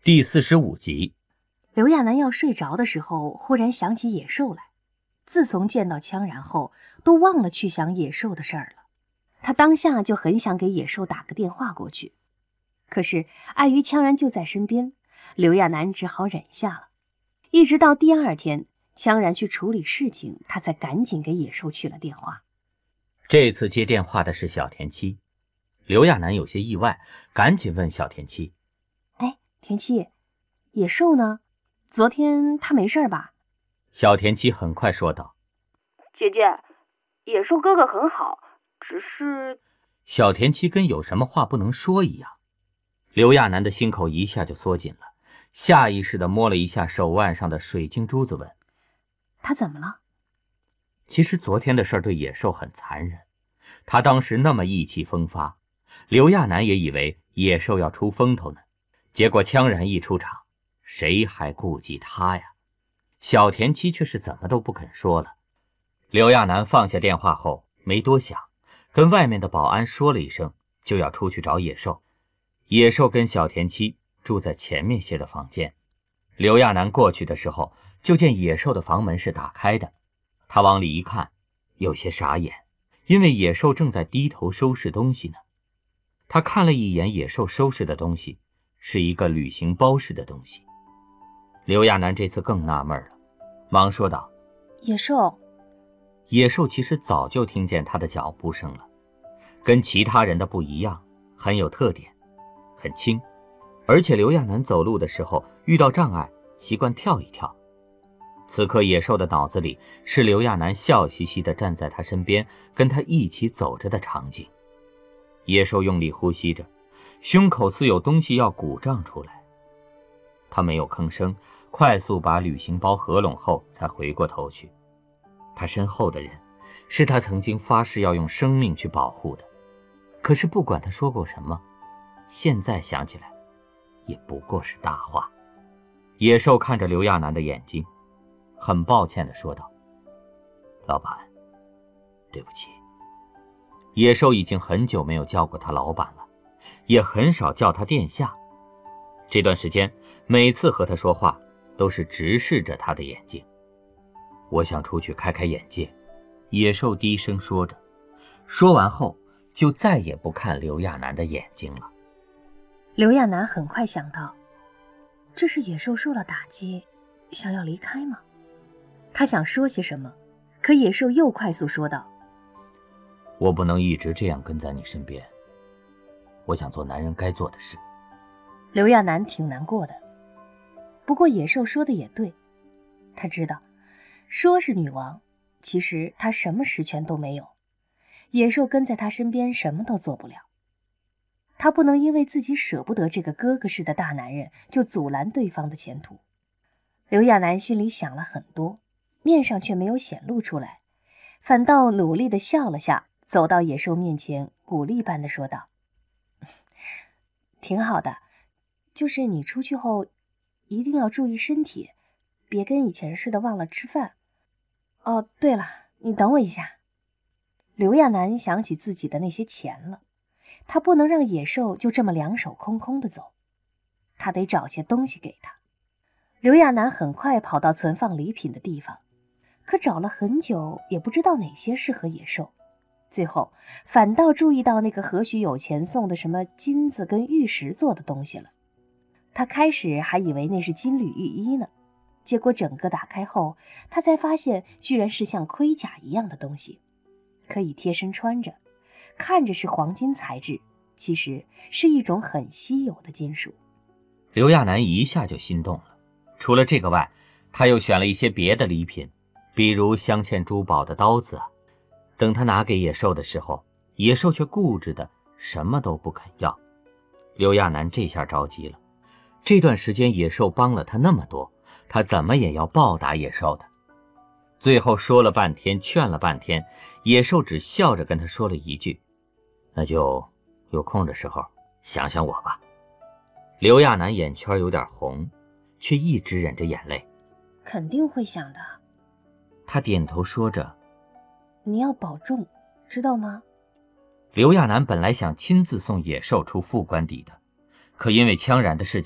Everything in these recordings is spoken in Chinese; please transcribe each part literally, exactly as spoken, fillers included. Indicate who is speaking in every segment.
Speaker 1: 第四十五集。
Speaker 2: 刘亚楠要睡着的时候，忽然想起野兽来。自从见到羌然后，都忘了去想野兽的事儿了。他当下就很想给野兽打个电话过去，可是碍于羌然就在身边，刘亚楠只好忍下了。一直到第二天，羌然去处理事情，他才赶紧给野兽去了电话。
Speaker 1: 这次接电话的是小田七，刘亚楠有些意外，赶紧问小田七：“
Speaker 2: 哎，田七，野兽呢？昨天他没事吧？”
Speaker 1: 小田七很快说道：“
Speaker 3: 姐姐，野兽哥哥很好，只是……”
Speaker 1: 小田七跟有什么话不能说一样。刘亚楠的心口一下就缩紧了，下意识地摸了一下手腕上的水晶珠子，问：“
Speaker 2: 他怎么了？”
Speaker 1: 其实昨天的事对野兽很残忍，他当时那么意气风发，刘亚楠也以为野兽要出风头呢，结果羌然一出场，谁还顾及他呀？小田七却是怎么都不肯说了。刘亚楠放下电话后没多想，跟外面的保安说了一声，就要出去找野兽。野兽跟小田七住在前面些的房间。刘亚楠过去的时候，就见野兽的房门是打开的。他往里一看，有些傻眼，因为野兽正在低头收拾东西呢。他看了一眼野兽收拾的东西，是一个旅行包似的东西。刘亚楠这次更纳闷了，忙说道：“
Speaker 2: 野兽。”
Speaker 1: 野兽其实早就听见他的脚步声了，跟其他人的不一样，很有特点，很轻，而且刘亚楠走路的时候遇到障碍，习惯跳一跳。此刻野兽的脑子里是刘亚楠笑嘻嘻地站在他身边，跟他一起走着的场景。野兽用力呼吸着，胸口似有东西要鼓胀出来。他没有吭声，快速把旅行包合拢后才回过头去。他身后的人是他曾经发誓要用生命去保护的，可是不管他说过什么，现在想起来也不过是大话。野兽看着刘亚楠的眼睛，很抱歉地说道：“老板，对不起。”野兽已经很久没有叫过他老板了，也很少叫他殿下。这段时间每次和他说话都是直视着他的眼睛。我想出去开开眼界，野兽低声说着，说完后就再也不看刘亚楠的眼睛了。
Speaker 2: 刘亚楠很快想到，这是野兽受了打击，想要离开吗？他想说些什么，可野兽又快速说道：“
Speaker 1: 我不能一直这样跟在你身边，我想做男人该做的事。”
Speaker 2: 刘亚楠挺难过的，不过野兽说的也对，他知道说是女王，其实她什么实权都没有，野兽跟在她身边什么都做不了。他不能因为自己舍不得这个哥哥似的大男人，就阻拦对方的前途。刘亚楠心里想了很多，面上却没有显露出来，反倒努力地笑了下，走到野兽面前，鼓励般地说道：“挺好的，就是你出去后一定要注意身体，别跟以前似的忘了吃饭。哦，对了，你等我一下。”刘亚楠想起自己的那些钱了，他不能让野兽就这么两手空空地走，他得找些东西给他。刘亚楠很快跑到存放礼品的地方，可找了很久也不知道哪些适合野兽，最后反倒注意到那个何许有钱送的什么金子跟玉石做的东西了。他开始还以为那是金缕玉衣呢，结果整个打开后，他才发现居然是像盔甲一样的东西，可以贴身穿着，看着是黄金材质，其实是一种很稀有的金属。
Speaker 1: 刘亚楠一下就心动了。除了这个外，他又选了一些别的礼品，比如镶嵌珠宝的刀子啊。等他拿给野兽的时候，野兽却固执的什么都不肯要。刘亚楠这下着急了，这段时间野兽帮了他那么多，他怎么也要报答野兽的。最后说了半天，劝了半天，野兽只笑着跟他说了一句：“那就有空的时候想想我吧。”刘亚楠眼圈有点红，却一直忍着眼泪。
Speaker 2: 肯定会想的。
Speaker 1: 他点头说着：“
Speaker 2: 你要保重，知道吗？”
Speaker 1: 刘亚楠本来想亲自送野兽出副官邸的，可因为羌然的事件，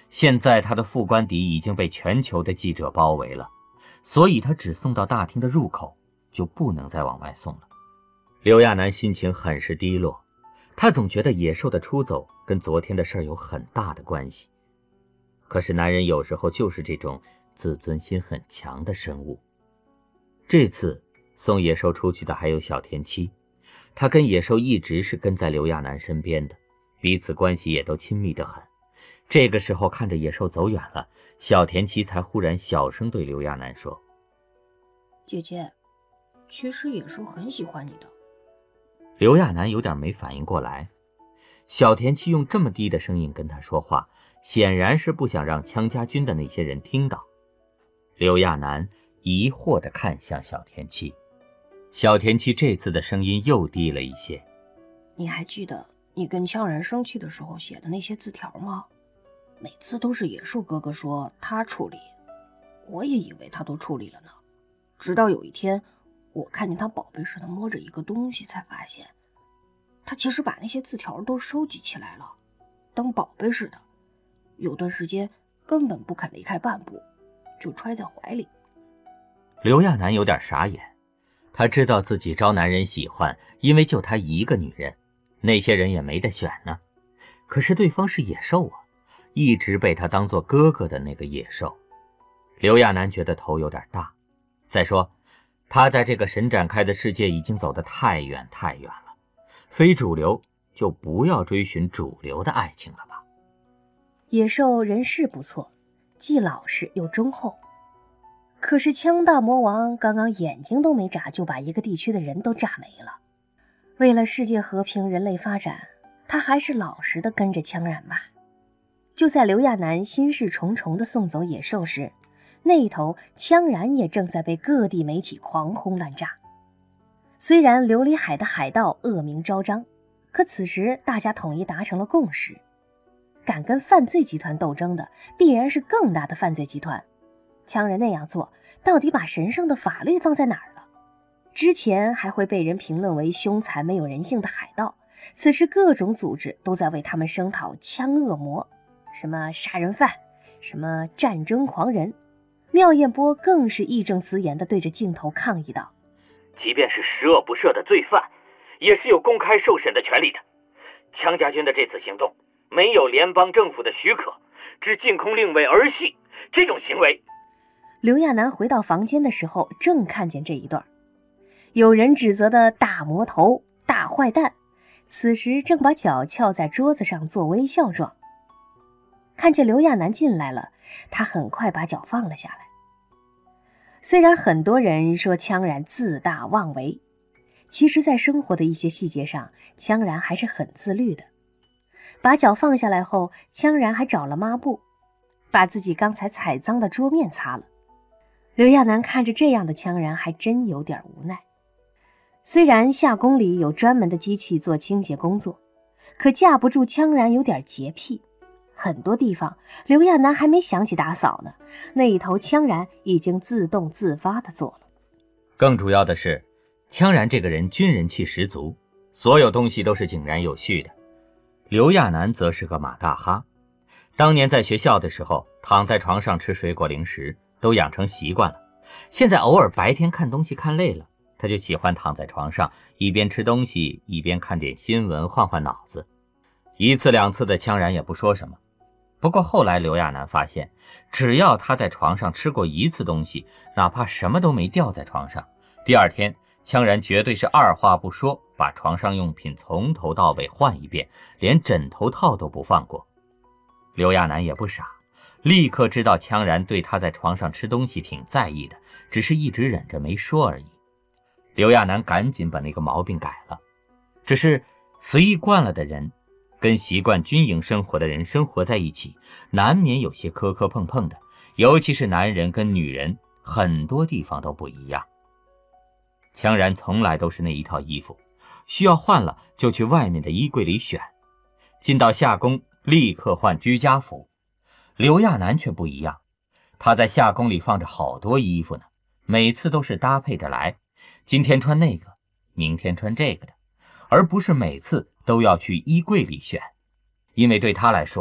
Speaker 1: 现在他的副官邸已经被全球的记者包围了，所以他只送到大厅的入口，就不能再往外送了。刘亚楠心情很是低落，他总觉得野兽的出走跟昨天的事儿有很大的关系。可是男人有时候就是这种自尊心很强的生物。这次送野兽出去的还有小田七，他跟野兽一直是跟在刘亚楠身边的，彼此关系也都亲密得很。这个时候看着野兽走远了，小田七才忽然小声对刘亚楠说：
Speaker 2: 姐姐，其实野兽很喜欢你的。
Speaker 1: 刘亚楠有点没反应过来，小田七用这么低的声音跟他说话，显然是不想让羌家军的那些人听到。刘亚楠疑惑地看向小田七，小田七这次的声音又低了一些：
Speaker 2: 你还记得你跟羌然生气的时候写的那些字条吗？每次都是野兽哥哥说他处理，我也以为他都处理了呢。直到有一天，我看见他宝贝似的摸着一个东西，才发现他其实把那些字条都收集起来了，当宝贝似的。有段时间根本不肯离开半步，就揣在怀里。
Speaker 1: 刘亚楠有点傻眼，他知道自己招男人喜欢，因为就他一个女人，那些人也没得选呢。可是对方是野兽啊，一直被他当作哥哥的那个野兽。刘亚楠觉得头有点大，再说他在这个神展开的世界已经走得太远太远了，非主流就不要追寻主流的爱情了吧。
Speaker 2: 野兽人是不错，既老实又忠厚，可是羌大魔王刚刚眼睛都没眨就把一个地区的人都炸没了。为了世界和平人类发展，他还是老实的跟着羌然吧。就在刘亚楠心事重重的送走野兽时，那一头羌然也正在被各地媒体狂轰滥炸。虽然琉璃海的海盗恶名昭彰，可此时大家统一达成了共识，敢跟犯罪集团斗争的必然是更大的犯罪集团。羌人那样做到底把神圣的法律放在哪儿了？之前还会被人评论为凶残没有人性的海盗，此时各种组织都在为他们声讨羌恶魔，什么杀人犯，什么战争狂人。妙艳波更是义正辞严地对着镜头抗议道：
Speaker 1: 即便是十恶不赦的罪犯，也是有公开受审的权利的。羌家军的这次行动没有联邦政府的许可，只禁空令为儿戏，这种行为……
Speaker 2: 刘亚楠回到房间的时候，正看见这一段。有人指责的大魔头、大坏蛋，此时正把脚翘在桌子上做微笑状。看见刘亚楠进来了，他很快把脚放了下来。虽然很多人说羌然自大妄为，其实在生活的一些细节上，羌然还是很自律的。把脚放下来后，羌然还找了抹布，把自己刚才踩脏的桌面擦了。刘亚楠看着这样的羌然，还真有点无奈。虽然夏宫里有专门的机器做清洁工作，可架不住羌然有点洁癖，很多地方刘亚楠还没想起打扫呢，那一头羌然已经自动自发地做了。
Speaker 1: 更主要的是，羌然这个人军人气十足，所有东西都是井然有序的。刘亚楠则是个马大哈，当年在学校的时候，躺在床上吃水果零食都养成习惯了，现在偶尔白天看东西看累了，他就喜欢躺在床上，一边吃东西一边看点新闻换换脑子。一次两次的羌然也不说什么，不过后来刘亚楠发现，只要他在床上吃过一次东西，哪怕什么都没掉在床上，第二天羌然绝对是二话不说把床上用品从头到尾换一遍，连枕头套都不放过。刘亚楠也不傻，立刻知道羌然对他在床上吃东西挺在意的，只是一直忍着没说而已。刘亚楠赶紧把那个毛病改了，只是随意惯了的人跟习惯军营生活的人生活在一起，难免有些磕磕碰碰的，尤其是男人跟女人，很多地方都不一样。羌然从来都是那一套衣服，需要换了就去外面的衣柜里选，进到夏宫立刻换居家服。刘亚楠却不一样，他在夏宫里放着好多衣服呢，每次都是搭配着来，今天穿那个，明天穿这个的，而不是每次都要去衣柜里选。因为对他来说，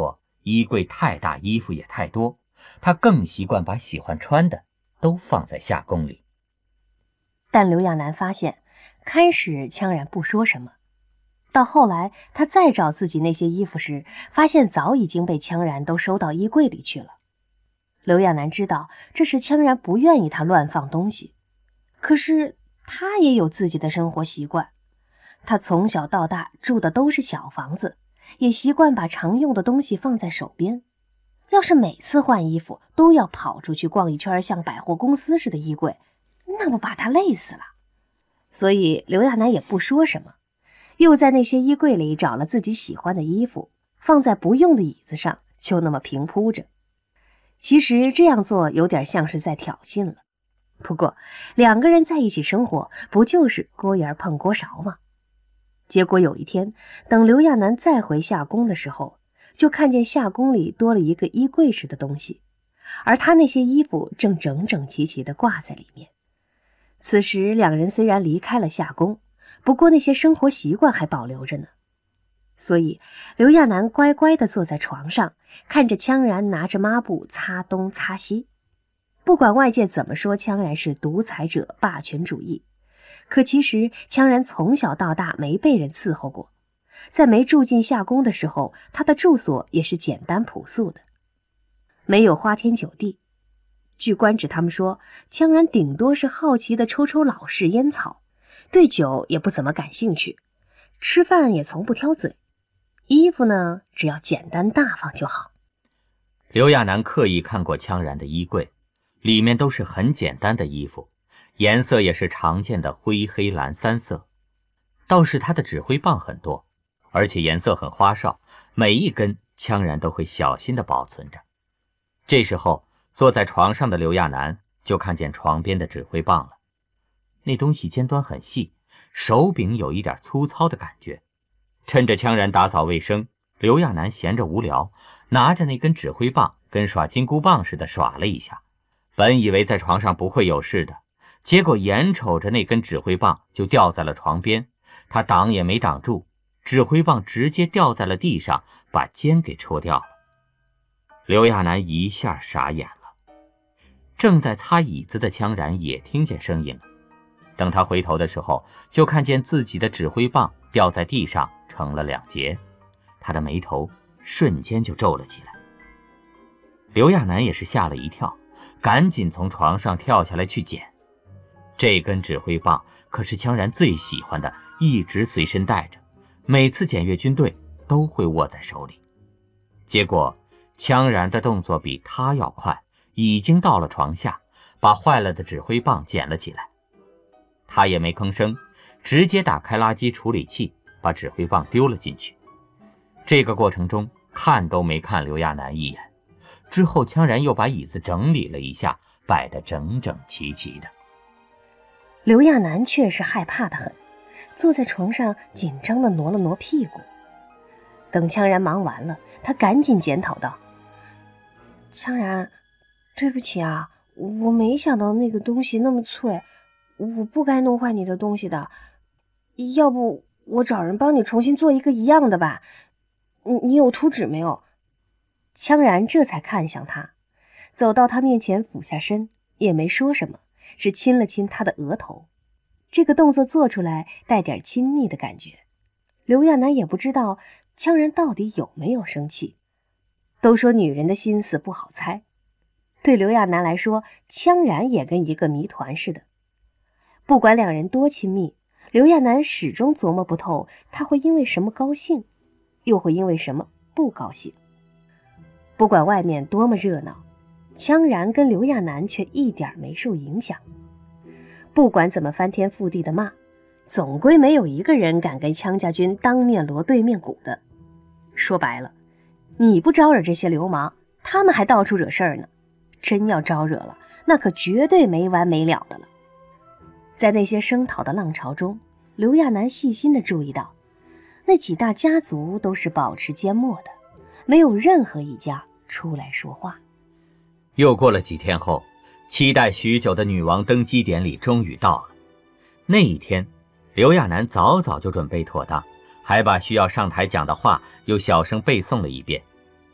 Speaker 1: 衣柜太大，衣服也太多，他更习惯把喜欢穿的都放在夏宫里。
Speaker 2: 但刘亚楠发现，开始羌然不说什么，到后来他再找自己那些衣服时，发现早已经被羌然都收到衣柜里去了。刘亚楠知道这是羌然不愿意他乱放东西，可是他也有自己的生活习惯。他从小到大住的都是小房子，也习惯把常用的东西放在手边。要是每次换衣服都要跑出去逛一圈像百货公司似的衣柜，那不把他累死了。所以刘亚楠也不说什么，又在那些衣柜里找了自己喜欢的衣服，放在不用的椅子上，就那么平铺着。其实这样做有点像是在挑衅了。不过两个人在一起生活，不就是锅沿碰锅勺吗？结果有一天，等刘亚楠再回夏宫的时候，就看见夏宫里多了一个衣柜似的东西，而他那些衣服正整整齐齐地挂在里面。此时两人虽然离开了夏宫，不过那些生活习惯还保留着呢。所以刘亚楠乖乖地坐在床上，看着羌然拿着抹布擦东擦西。不管外界怎么说羌然是独裁者、霸权主义，可其实羌然从小到大没被人伺候过。在没住进夏宫的时候，他的住所也是简单朴素的，没有花天酒地。据官职他们说，羌然顶多是好奇地抽抽老式烟草，对酒也不怎么感兴趣，吃饭也从不挑嘴，衣服呢，只要简单大方就好。
Speaker 1: 刘亚楠刻意看过羌然的衣柜，里面都是很简单的衣服，颜色也是常见的灰黑蓝三色。倒是他的指挥棒很多，而且颜色很花哨，每一根羌然都会小心地保存着。这时候坐在床上的刘亚楠就看见床边的指挥棒了，那东西尖端很细，手柄有一点粗糙的感觉。趁着羌然打扫卫生，刘亚楠闲着无聊，拿着那根指挥棒跟耍金箍棒似的耍了一下。本以为在床上不会有事的，结果眼瞅着那根指挥棒就掉在了床边，他挡也没挡住，指挥棒直接掉在了地上，把尖给戳掉了。刘亚楠一下傻眼了。正在擦椅子的羌然也听见声音了，等他回头的时候，就看见自己的指挥棒掉在地上成了两截，他的眉头瞬间就皱了起来。刘亚楠也是吓了一跳，赶紧从床上跳下来去捡。这根指挥棒可是羌然最喜欢的，一直随身带着，每次检阅军队都会握在手里。结果羌然的动作比他要快，已经到了床下，把坏了的指挥棒捡了起来。他也没吭声，直接打开垃圾处理器，把指挥棒丢了进去。这个过程中看都没看刘亚楠一眼。之后羌然又把椅子整理了一下，摆得整整齐齐的。
Speaker 2: 刘亚楠却是害怕得很，坐在床上紧张地挪了挪屁股。等羌然忙完了，他赶紧检讨道：羌然，对不起啊，我没想到那个东西那么脆，我不该弄坏你的东西的。要不我找人帮你重新做一个一样的吧？你你有图纸没有？羌然这才看向他，走到他面前俯下身，也没说什么，只亲了亲他的额头。这个动作做出来带点亲昵的感觉。刘亚楠也不知道羌然到底有没有生气。都说女人的心思不好猜，对刘亚楠来说，羌然也跟一个谜团似的。不管两人多亲密，刘亚楠始终琢磨不透他会因为什么高兴，又会因为什么不高兴。不管外面多么热闹，羌然跟刘亚楠却一点没受影响。不管怎么翻天覆地的骂，总归没有一个人敢跟羌家军当面锣对面鼓的。说白了，你不招惹这些流氓，他们还到处惹事儿呢。真要招惹了，那可绝对没完没了的了。在那些声讨的浪潮中，刘亚楠细心地注意到，那几大家族都是保持缄默的，没有任何一家出来说话。
Speaker 1: 又过了几天后，期待许久的女王登基典礼终于到了。那一天，刘亚楠早早就准备妥当，还把需要上台讲的话又小声背诵了一遍。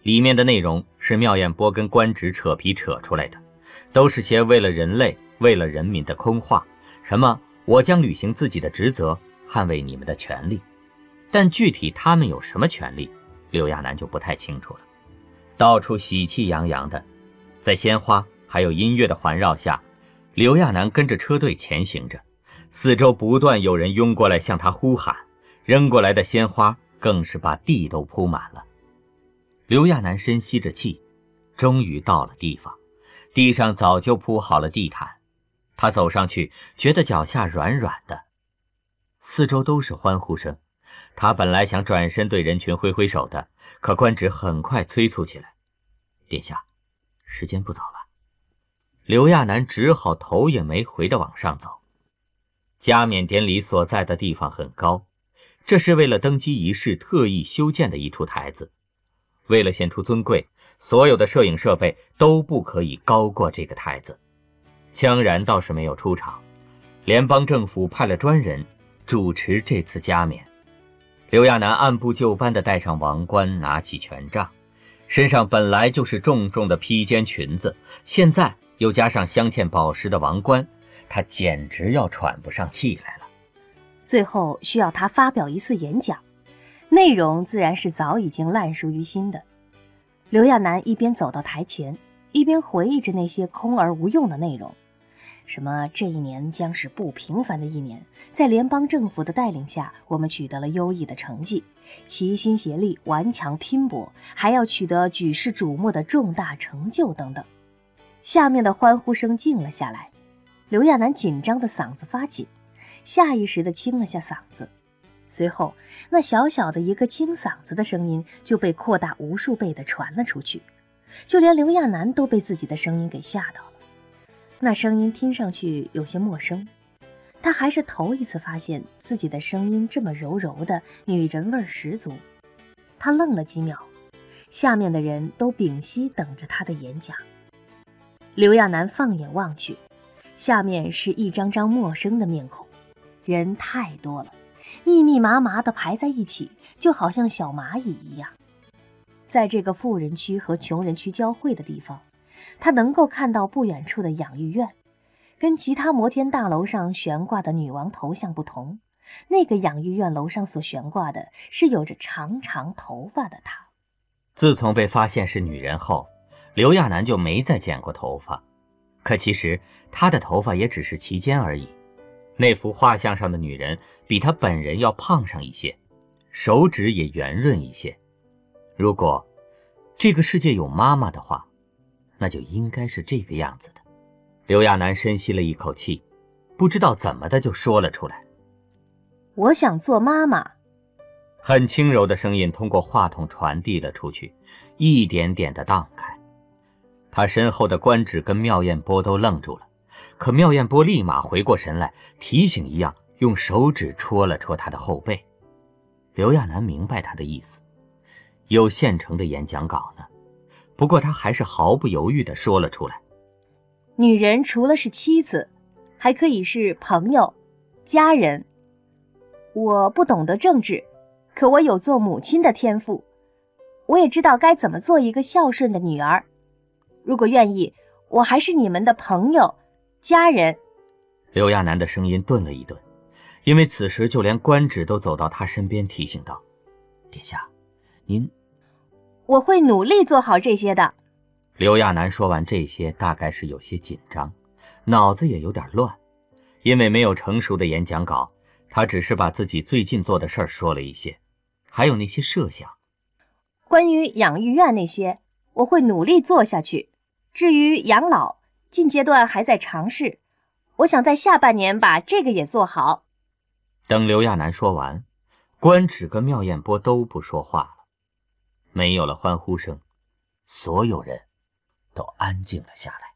Speaker 1: 里面的内容是妙艳波跟官职扯皮扯出来的，都是些为了人类、为了人民的空话，什么我将履行自己的职责，捍卫你们的权利。但具体他们有什么权利，刘亚楠就不太清楚了。到处喜气洋洋的，在鲜花还有音乐的环绕下，刘亚楠跟着车队前行着，四周不断有人拥过来向他呼喊，扔过来的鲜花更是把地都铺满了。刘亚楠深吸着气，终于到了地方，地上早就铺好了地毯，他走上去，觉得脚下软软的。四周都是欢呼声，他本来想转身对人群挥挥手的，可官职很快催促起来：“殿下，时间不早了。”刘亚楠只好头也没回地往上走。加冕典礼所在的地方很高，这是为了登基仪式特意修建的一处台子。为了显出尊贵，所有的摄影设备都不可以高过这个台子。羌然倒是没有出场，联邦政府派了专人主持这次加冕。刘亚楠按部就班地戴上王冠，拿起权杖，身上本来就是重重的披肩裙子，现在又加上镶嵌宝石的王冠，他简直要喘不上气来了。
Speaker 2: 最后需要他发表一次演讲，内容自然是早已经烂熟于心的。刘亚楠一边走到台前，一边回忆着那些空而无用的内容，什么这一年将是不平凡的一年，在联邦政府的带领下，我们取得了优异的成绩，齐心协力，顽强拼搏，还要取得举世瞩目的重大成就等等。下面的欢呼声静了下来，刘亚楠紧张的嗓子发紧，下意识地清了下嗓子。随后那小小的一个清嗓子的声音就被扩大无数倍地传了出去，就连刘亚楠都被自己的声音给吓到了。那声音听上去有些陌生，他还是头一次发现自己的声音这么柔柔的，女人味十足。他愣了几秒，下面的人都屏息等着他的演讲。刘亚楠放眼望去，下面是一张张陌生的面孔，人太多了，密密麻麻地排在一起，就好像小蚂蚁一样。在这个富人区和穷人区交汇的地方，他能够看到不远处的养育院。跟其他摩天大楼上悬挂的女王头像不同，那个养育院楼上所悬挂的是有着长长头发的她。
Speaker 1: 自从被发现是女人后，刘亚楠就没再剪过头发，可其实她的头发也只是齐肩而已。那幅画像上的女人比她本人要胖上一些，手指也圆润一些。如果这个世界有妈妈的话，那就应该是这个样子的。刘亚楠深吸了一口气，不知道怎么的就说了出来：“
Speaker 2: 我想做妈妈。”
Speaker 1: 很轻柔的声音通过话筒传递了出去，一点点的荡开。他身后的官职跟妙艳波都愣住了，可妙艳波立马回过神来，提醒一样用手指戳了戳他的后背。刘亚楠明白他的意思，有现成的演讲稿呢，不过他还是毫不犹豫地说了出来：“
Speaker 2: 女人除了是妻子，还可以是朋友、家人。我不懂得政治，可我有做母亲的天赋，我也知道该怎么做一个孝顺的女儿。如果愿意，我还是你们的朋友、家人。”
Speaker 1: 刘亚楠的声音顿了一顿，因为此时就连官职都走到他身边提醒道：“殿下，您……”“
Speaker 2: 我会努力做好这些的。”
Speaker 1: 刘亚楠说完这些，大概是有些紧张，脑子也有点乱，因为没有成熟的演讲稿，他只是把自己最近做的事儿说了一些，还有那些设想。
Speaker 2: 关于养育院那些，我会努力做下去。至于养老，近阶段还在尝试，我想在下半年把这个也做好。
Speaker 1: 等刘亚楠说完，官职跟妙艳波都不说话了，没有了欢呼声，所有人都安静了下来。